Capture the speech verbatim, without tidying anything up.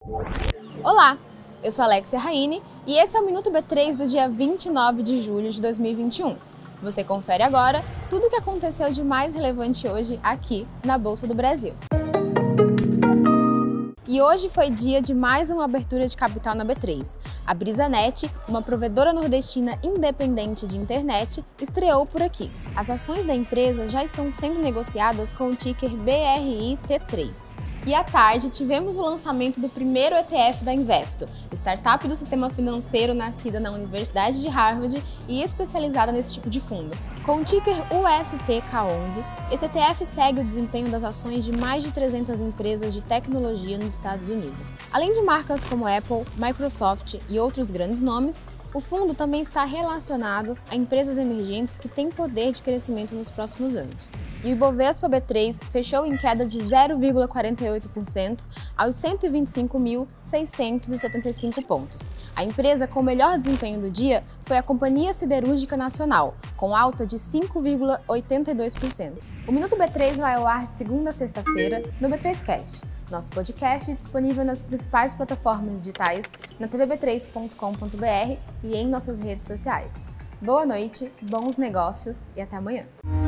Olá, eu sou Alexia Raine e esse é o Minuto B três do dia vinte e nove de julho de dois mil e vinte e um. Você confere agora tudo o que aconteceu de mais relevante hoje aqui na Bolsa do Brasil. E hoje foi dia de mais uma abertura de capital na B três. A Brisanet, uma provedora nordestina independente de internet, estreou por aqui. As ações da empresa já estão sendo negociadas com o ticker B R I T três. E à tarde tivemos o lançamento do primeiro E T F da Investo, startup do sistema financeiro nascida na Universidade de Harvard e especializada nesse tipo de fundo. Com o ticker U S T K onze, esse E T F segue o desempenho das ações de mais de trezentas empresas de tecnologia nos Estados Unidos. Além de marcas como Apple, Microsoft e outros grandes nomes, o fundo também está relacionado a empresas emergentes que têm poder de crescimento nos próximos anos. E o Ibovespa B três fechou em queda de zero vírgula quarenta e oito por cento aos cento e vinte e cinco mil, seiscentos e setenta e cinco pontos. A empresa com o melhor desempenho do dia foi a Companhia Siderúrgica Nacional, com alta de cinco vírgula oitenta e dois por cento. O Minuto B três vai ao ar de segunda a sexta-feira no B três Cast, nosso podcast disponível nas principais plataformas digitais, na t v b três ponto com ponto b r e em nossas redes sociais. Boa noite, bons negócios e até amanhã!